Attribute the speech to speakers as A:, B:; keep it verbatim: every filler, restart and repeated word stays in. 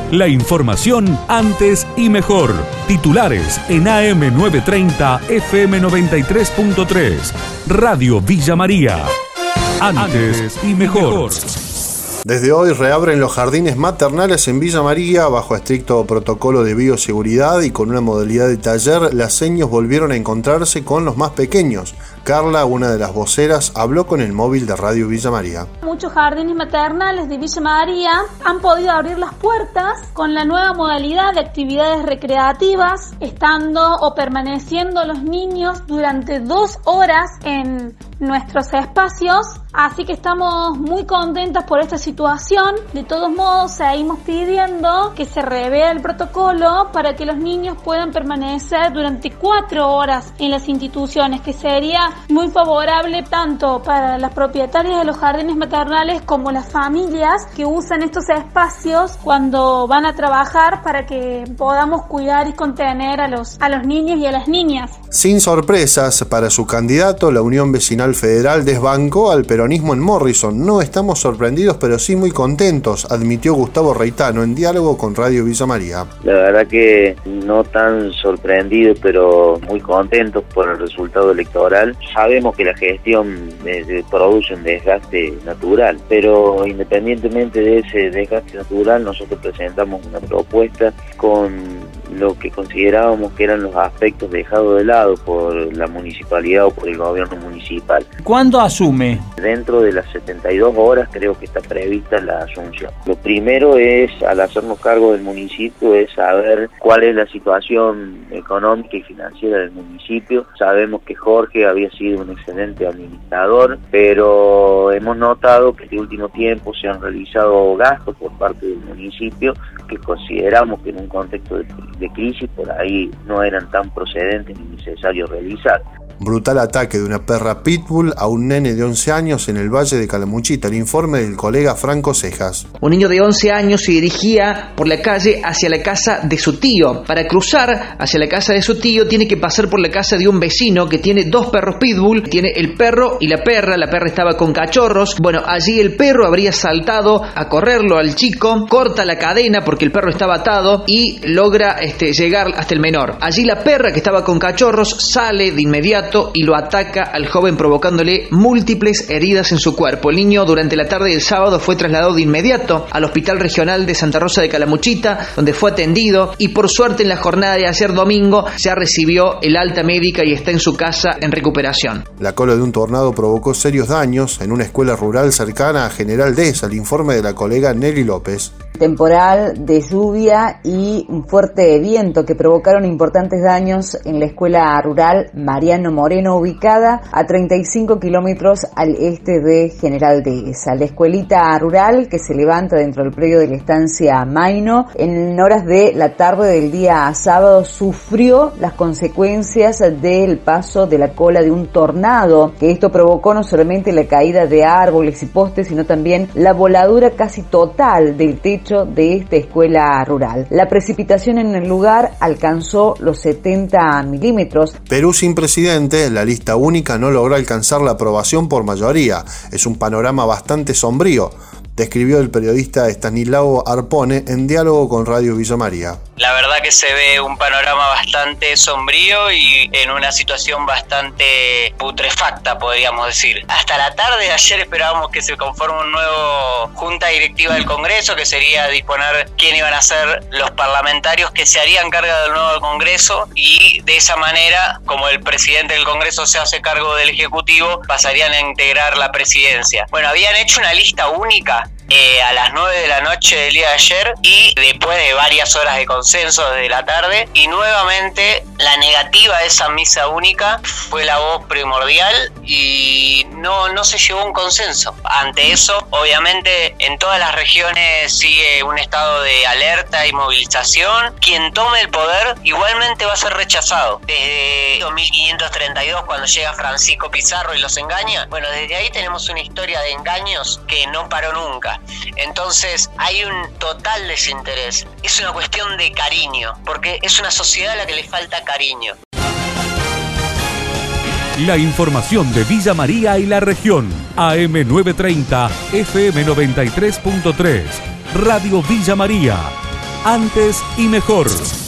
A: La información antes y mejor. Titulares en A M novecientos treinta, F M noventa y tres punto tres. Radio Villa María. Antes y mejor.
B: Desde hoy reabren los jardines maternales en Villa María bajo estricto protocolo de bioseguridad y con una modalidad de taller. Las seños volvieron a encontrarse con los más pequeños. Carla, una de las voceras, habló con el móvil de Radio Villa María.
C: Muchos jardines maternales de Villa María han podido abrir las puertas con la nueva modalidad de actividades recreativas, estando o permaneciendo los niños durante dos horas en nuestros espacios, así que estamos muy contentas por esta situación. De todos modos, seguimos pidiendo que se revea el protocolo para que los niños puedan permanecer durante cuatro horas en las instituciones, que sería muy favorable tanto para las propietarias de los jardines maternales como las familias que usan estos espacios cuando van a trabajar, para que podamos cuidar y contener a los, a los niños y a las niñas.
B: Sin sorpresas para su candidato, la Unión Vecinal Federal desbancó al peronismo en Morrison. No estamos sorprendidos, pero sí muy contentos, admitió Gustavo Reitano en diálogo con Radio Villa María.
D: La verdad que no tan sorprendidos, pero muy contentos por el resultado electoral. Sabemos que la gestión de, de produce un desgaste natural, pero independientemente de ese desgaste natural, nosotros presentamos una propuesta con lo que considerábamos que eran los aspectos dejados de lado por la municipalidad o por el gobierno municipal.
E: ¿Cuándo asume?
D: Dentro de las setenta y dos horas creo que está prevista la asunción. Lo primero es, al hacernos cargo del municipio, es saber cuál es la situación económica y financiera del municipio. Sabemos que Jorge había sido un excelente administrador, pero hemos notado que en el último tiempo se han realizado gastos por parte del municipio que consideramos que en un contexto de, de crisis por ahí no eran tan procedentes ni necesarios realizar.
B: Brutal ataque de una perra pitbull a un nene de once años en el Valle de Calamuchita. El informe del colega Franco Cejas.
F: Un niño de once años se dirigía por la calle hacia la casa de su tío. Para cruzar hacia la casa de su tío tiene que pasar por la casa de un vecino que tiene dos perros pitbull. Tiene el perro y la perra. La perra estaba con cachorros. Bueno, allí el perro habría saltado a correrlo al chico. Corta la cadena porque el perro estaba atado y logra este, llegar hasta el menor. Allí la perra, que estaba con cachorros, sale de inmediato y lo ataca al joven, provocándole múltiples heridas en su cuerpo. El niño durante la tarde del sábado fue trasladado de inmediato al Hospital Regional de Santa Rosa de Calamuchita, donde fue atendido y por suerte en la jornada de ayer domingo ya recibió el alta médica y está en su casa en recuperación.
B: La cola de un tornado provocó serios daños en una escuela rural cercana a General Dehesa. El informe de la colega Nelly López.
G: Temporal de lluvia y un fuerte viento que provocaron importantes daños en la escuela rural Mariano Moreno, ubicada a treinta y cinco kilómetros al este de General Dehesa. La escuelita rural, que se levanta dentro del predio de la estancia Maino, en horas de la tarde del día sábado sufrió las consecuencias del paso de la cola de un tornado, que esto provocó no solamente la caída de árboles y postes, sino también la voladura casi total del techo de esta escuela rural. La precipitación en el lugar alcanzó los setenta milímetros.
B: Perú sin presidente, la lista única no logró alcanzar la aprobación por mayoría. Es un panorama bastante sombrío, describió el periodista Estanislao Arpone en diálogo con Radio Villa María.
H: La verdad que se ve un panorama bastante sombrío y en una situación bastante putrefacta, podríamos decir. Hasta la tarde de ayer esperábamos que se conforme un nuevo junta directiva del Congreso, que sería disponer quién iban a ser los parlamentarios que se harían cargo del nuevo Congreso, y de esa manera, como el presidente del Congreso se hace cargo del Ejecutivo, pasarían a integrar la presidencia. Bueno, habían hecho una lista única Eh, a las nueve de la noche del día de ayer, y después de varias horas de consenso desde la tarde, y nuevamente la negativa de esa misa única fue la voz primordial y no, no se llegó a un consenso. Ante eso, obviamente, en todas las regiones sigue un estado de alerta y movilización. Quien tome el poder igualmente va a ser rechazado. Desde mil quinientos treinta y dos, cuando llega Francisco Pizarro y los engaña, bueno, desde ahí tenemos una historia de engaños que no paró nunca. Entonces hay un total desinterés. Es una cuestión de cariño, porque es una sociedad a la que le falta cariño.
A: La información de Villa María y la región. A M novecientos treinta, F M noventa y tres punto tres. Radio Villa María. Antes y mejor.